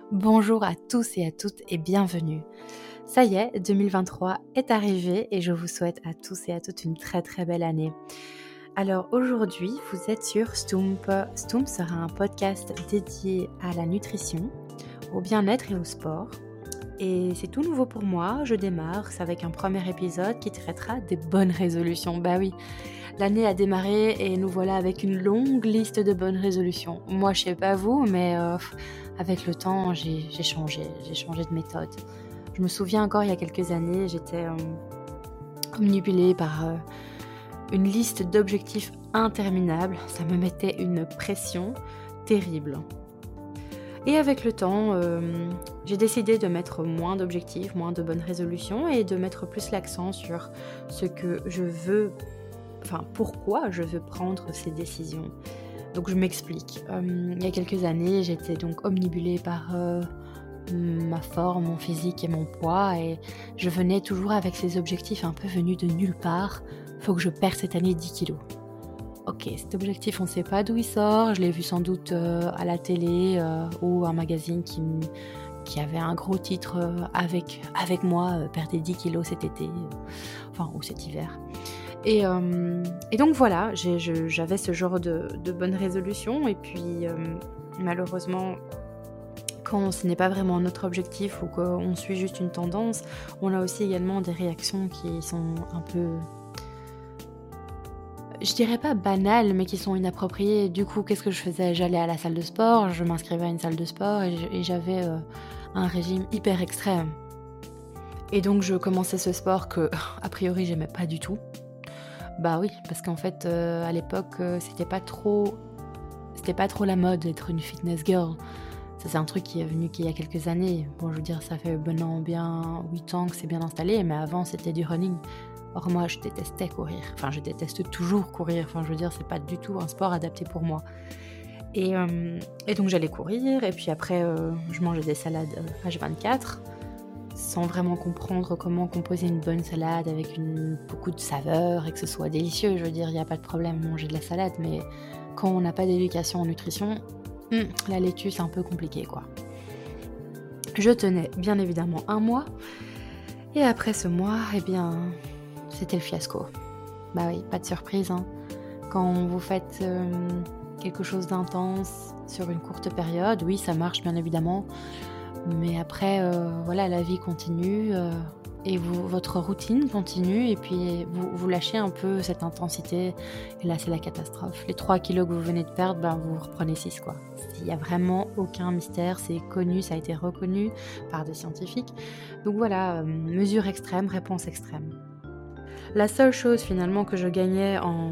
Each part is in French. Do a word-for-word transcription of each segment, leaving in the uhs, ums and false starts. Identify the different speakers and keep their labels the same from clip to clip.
Speaker 1: Bonjour à tous et à toutes et bienvenue. Ça y est, deux mille vingt-trois est arrivé et je vous souhaite à tous et à toutes une très très belle année. Alors aujourd'hui, vous êtes sur Stoomp. Stoomp sera un podcast dédié à la nutrition, au bien-être et au sport. Et c'est tout nouveau pour moi, je démarre, c'est avec un premier épisode qui traitera des bonnes résolutions. Bah oui, l'année a démarré et nous voilà avec une longue liste de bonnes résolutions. Moi, je sais pas vous, mais euh, avec le temps, j'ai, j'ai changé, j'ai changé de méthode. Je me souviens encore, il y a quelques années, j'étais euh, omnibulée par euh, une liste d'objectifs interminables. Ça me mettait une pression terrible. Et avec le temps, euh, j'ai décidé de mettre moins d'objectifs, moins de bonnes résolutions et de mettre plus l'accent sur ce que je veux, enfin pourquoi je veux prendre ces décisions. Donc je m'explique. Euh, il y a quelques années, j'étais donc omnibulée par euh, ma forme, mon physique et mon poids et je venais toujours avec ces objectifs un peu venus de nulle part. Faut que je perde cette année dix kilos. Ok, cet objectif, on ne sait pas d'où il sort. Je l'ai vu sans doute euh, à la télé euh, ou un magazine qui, qui avait un gros titre euh, avec, avec moi, euh, perdez dix kilos cet été, euh, enfin, ou cet hiver. Et, euh, et donc voilà, j'ai, je, j'avais ce genre de, de bonnes résolutions. Et puis, euh, malheureusement, quand ce n'est pas vraiment notre objectif ou qu'on suit juste une tendance, on a aussi également des réactions qui sont un peu... je dirais pas banales, mais qui sont inappropriées. Du coup, qu'est-ce que je faisais ? J'allais à la salle de sport, je m'inscrivais à une salle de sport et, et j'avais euh, un régime hyper extrême. Et donc, je commençais ce sport que, a priori, j'aimais pas du tout. Bah oui, parce qu'en fait, euh, à l'époque, euh, c'était pas trop... c'était pas trop la mode d'être une fitness girl. Ça, c'est un truc qui est venu qu'il y a quelques années. Bon, je veux dire, ça fait maintenant bien huit ans que c'est bien installé, mais avant, c'était du running. Or moi, je détestais courir. Enfin, je déteste toujours courir. Enfin, je veux dire, c'est pas du tout un sport adapté pour moi. Et, euh, et donc, j'allais courir. Et puis après, euh, je mangeais des salades H vingt-quatre sans vraiment comprendre comment composer une bonne salade avec une, beaucoup de saveur et que ce soit délicieux. Je veux dire, il n'y a pas de problème de manger de la salade. Mais quand on n'a pas d'éducation en nutrition, hum, la laitue, c'est un peu compliqué, quoi. Je tenais bien évidemment un mois. Et après ce mois, eh bien... c'était le fiasco. Bah oui, pas de surprise. Hein. Quand vous faites euh, quelque chose d'intense sur une courte période, oui, ça marche bien évidemment. Mais après, euh, voilà, la vie continue euh, et vous, votre routine continue et puis vous, vous lâchez un peu cette intensité. Et là, c'est la catastrophe. Les trois kilos que vous venez de perdre, ben, vous reprenez six, quoi. Il n'y a vraiment aucun mystère. C'est connu, ça a été reconnu par des scientifiques. Donc voilà, euh, mesure extrême, réponse extrême. La seule chose finalement que je gagnais en,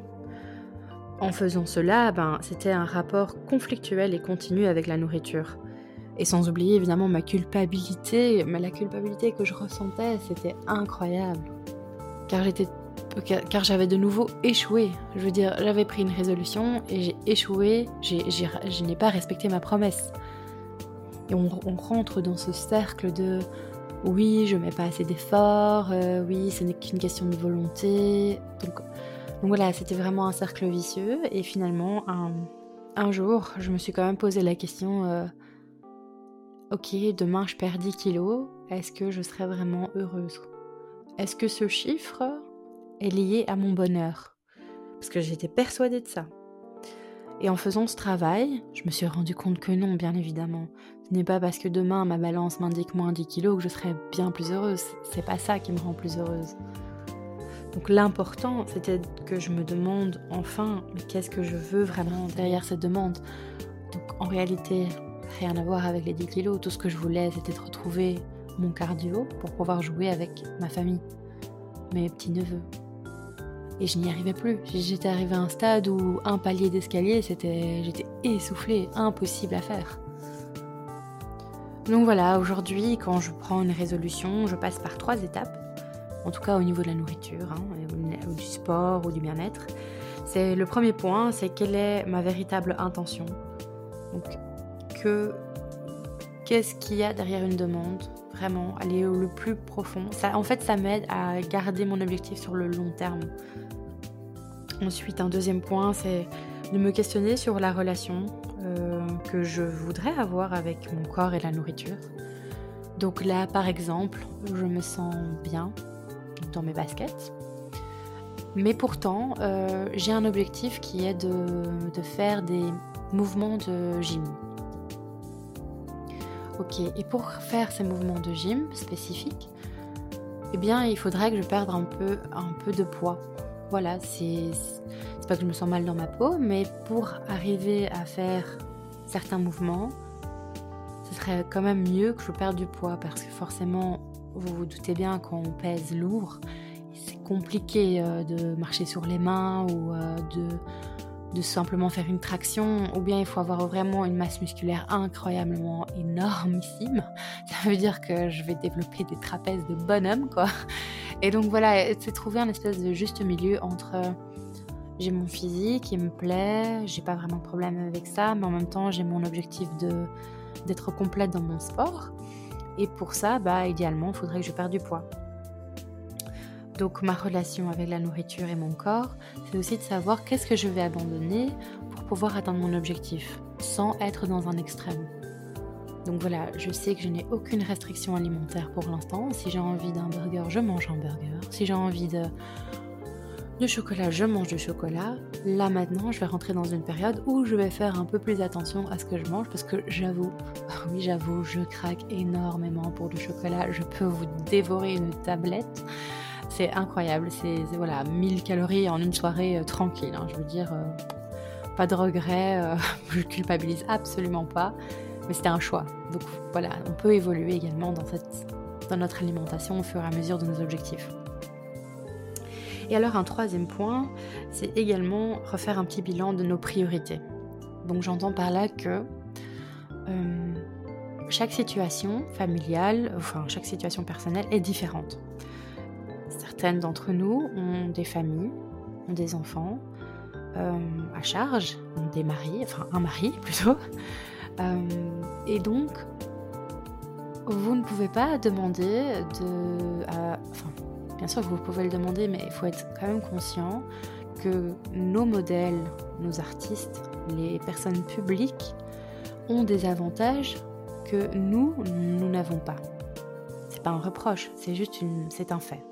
Speaker 1: en faisant cela, ben, c'était un rapport conflictuel et continu avec la nourriture. Et sans oublier évidemment ma culpabilité, mais la culpabilité que je ressentais, c'était incroyable. Car, j'étais, car j'avais de nouveau échoué. Je veux dire, j'avais pris une résolution et j'ai échoué, j'ai, j'ai, je n'ai pas respecté ma promesse. Et on, on rentre dans ce cercle de... oui, je mets pas assez d'efforts, euh, oui, ce n'est qu'une question de volonté. Donc, donc voilà, c'était vraiment un cercle vicieux. Et finalement, un, un jour, je me suis quand même posé la question, euh, ok, demain je perds dix kilos, est-ce que je serai vraiment heureuse ? Est-ce que ce chiffre est lié à mon bonheur ? Parce que j'étais persuadée de ça. Et en faisant ce travail, je me suis rendu compte que non, bien évidemment. Ce n'est pas parce que demain ma balance m'indique moins dix kilos que je serai bien plus heureuse. C'est pas ça qui me rend plus heureuse. Donc l'important, c'était que je me demande enfin, mais qu'est-ce que je veux vraiment derrière cette demande ? Donc en réalité, rien à voir avec les dix kilos. Tout ce que je voulais, c'était de retrouver mon cardio pour pouvoir jouer avec ma famille, mes petits-neveux. Et je n'y arrivais plus. J'étais arrivée à un stade où un palier d'escalier, c'était, j'étais essoufflée, impossible à faire. Donc voilà, aujourd'hui, quand je prends une résolution, je passe par trois étapes. En tout cas au niveau de la nourriture, hein, ou du sport, ou du bien-être. C'est, le premier point, c'est quelle est ma véritable intention. Donc, que, qu'est-ce qu'il y a derrière une demande ? Vraiment, aller au le plus profond. Ça, en fait, ça m'aide à garder mon objectif sur le long terme. Ensuite, un deuxième point, c'est de me questionner sur la relation euh, que je voudrais avoir avec mon corps et la nourriture. Donc là, par exemple, je me sens bien dans mes baskets. Mais pourtant, euh, j'ai un objectif qui est de, de faire des mouvements de gym. Ok, et pour faire ces mouvements de gym spécifiques, eh bien, il faudrait que je perde un peu, un peu de poids. Voilà, c'est, c'est pas que je me sens mal dans ma peau, mais pour arriver à faire certains mouvements, ce serait quand même mieux que je perde du poids, parce que forcément, vous vous doutez bien, quand on pèse lourd, c'est compliqué euh, de marcher sur les mains ou euh, de, de simplement faire une traction, ou bien il faut avoir vraiment une masse musculaire incroyablement énormissime. Ça veut dire que je vais développer des trapèzes de bonhomme, quoi. Et donc voilà, c'est trouver un espèce de juste milieu entre euh, j'ai mon physique, il me plaît, j'ai pas vraiment de problème avec ça, mais en même temps j'ai mon objectif de, d'être complète dans mon sport. Et pour ça, bah, idéalement, il faudrait que je perde du poids. Donc ma relation avec la nourriture et mon corps, c'est aussi de savoir qu'est-ce que je vais abandonner pour pouvoir atteindre mon objectif, sans être dans un extrême. Donc voilà, je sais que je n'ai aucune restriction alimentaire pour l'instant. Si j'ai envie d'un burger, je mange un burger. Si j'ai envie de, de chocolat, je mange du chocolat. Là maintenant, je vais rentrer dans une période où je vais faire un peu plus attention à ce que je mange, parce que j'avoue, oui j'avoue, je craque énormément pour du chocolat. Je peux vous dévorer une tablette. C'est incroyable, c'est, c'est voilà, mille calories en une soirée euh, tranquille, hein, je veux dire, euh, pas de regret, euh, je culpabilise absolument pas, mais c'était un choix. Donc voilà, on peut évoluer également dans, cette, dans notre alimentation au fur et à mesure de nos objectifs. Et alors un troisième point, c'est également refaire un petit bilan de nos priorités. Donc j'entends par là que euh, chaque situation familiale, enfin chaque situation personnelle est différente. Certaines d'entre nous ont des familles, ont des enfants euh, à charge, ont des maris, enfin un mari plutôt. Euh, et donc, vous ne pouvez pas demander de... Euh, enfin, bien sûr que vous pouvez le demander, mais il faut être quand même conscient que nos modèles, nos artistes, les personnes publiques ont des avantages que nous, nous n'avons pas. C'est pas un reproche, c'est juste une, c'est un fait.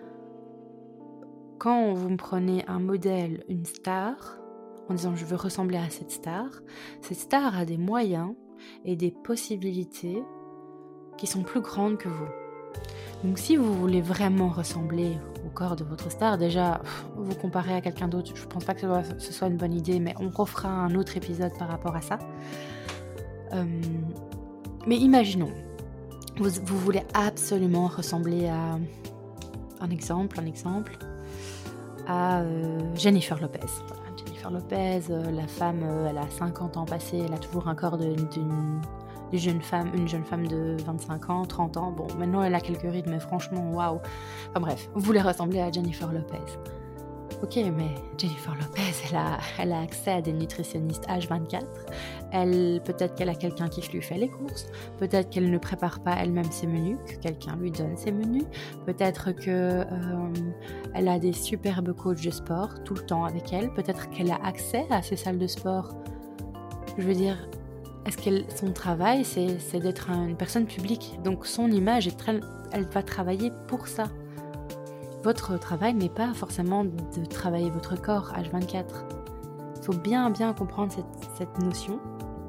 Speaker 1: Quand vous me prenez un modèle, une star, en disant je veux ressembler à cette star, cette star a des moyens et des possibilités qui sont plus grandes que vous. Donc si vous voulez vraiment ressembler au corps de votre star, déjà vous comparez à quelqu'un d'autre, je ne pense pas que ce soit, ce soit une bonne idée, mais on refera un autre épisode par rapport à ça. Euh, mais imaginons, vous, vous voulez absolument ressembler à un exemple, un exemple, à euh, Jennifer Lopez. Voilà, Jennifer Lopez, euh, la femme, euh, elle a cinquante ans passés, elle a toujours un corps de, d'une, d'une jeune femme, une jeune femme de vingt-cinq ans, trente ans. Bon, maintenant elle a quelques rides, mais franchement, waouh. Enfin bref, vous voulez ressembler à Jennifer Lopez. Ok, mais Jennifer Lopez, elle a, elle a accès à des nutritionnistes H vingt-quatre. Elle, peut-être qu'elle a quelqu'un qui lui fait les courses. Peut-être qu'elle ne prépare pas elle-même ses menus, que quelqu'un lui donne ses menus. Peut-être qu'elle euh, a des superbes coachs de sport tout le temps avec elle. Peut-être qu'elle a accès à ces salles de sport. Je veux dire, est-ce que son travail, c'est, c'est d'être une personne publique. Donc son image, est très, elle va travailler pour ça. Votre travail n'est pas forcément de travailler votre corps H vingt-quatre. Il faut bien bien comprendre cette, cette notion.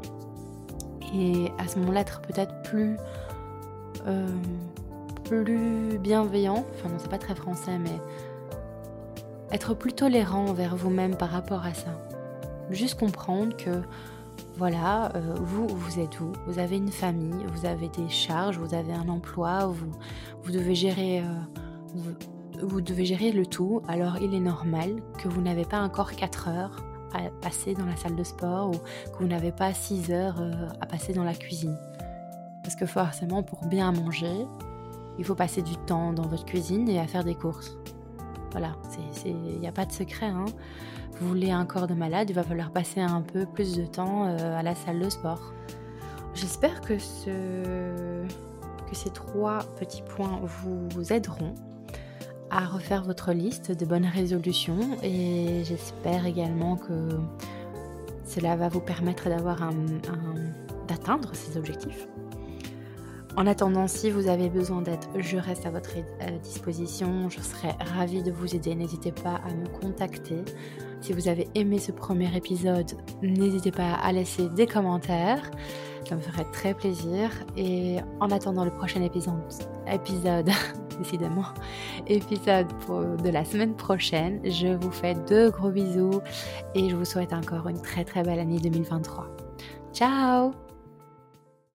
Speaker 1: Et à ce moment-là, être peut-être plus, euh, plus bienveillant. Enfin non, c'est pas très français, mais être plus tolérant envers vous-même par rapport à ça. Juste comprendre que voilà, euh, vous, vous êtes où ? Vous avez une famille, vous avez des charges, vous avez un emploi, vous, vous devez gérer... Euh, vous, Vous devez gérer le tout, alors il est normal que vous n'avez pas encore quatre heures à passer dans la salle de sport ou que vous n'avez pas six heures à passer dans la cuisine. Parce que forcément, pour bien manger, il faut passer du temps dans votre cuisine et à faire des courses. Voilà, il n'y a pas de secret. Hein. Vous voulez un corps de malade, il va falloir passer un peu plus de temps à la salle de sport. J'espère que, ce... que ces trois petits points vous aideront à refaire votre liste de bonnes résolutions, et j'espère également que cela va vous permettre d'avoir un, un, d'atteindre ces objectifs. En attendant, si vous avez besoin d'aide, je reste à votre euh, disposition. Je serai ravie de vous aider. N'hésitez pas à me contacter. Si vous avez aimé ce premier épisode, n'hésitez pas à laisser des commentaires. Ça me ferait très plaisir. Et en attendant le prochain épisode, épisode décidément, épisode pour, de la semaine prochaine, je vous fais de gros bisous et je vous souhaite encore une très très belle année deux mille vingt-trois. Ciao!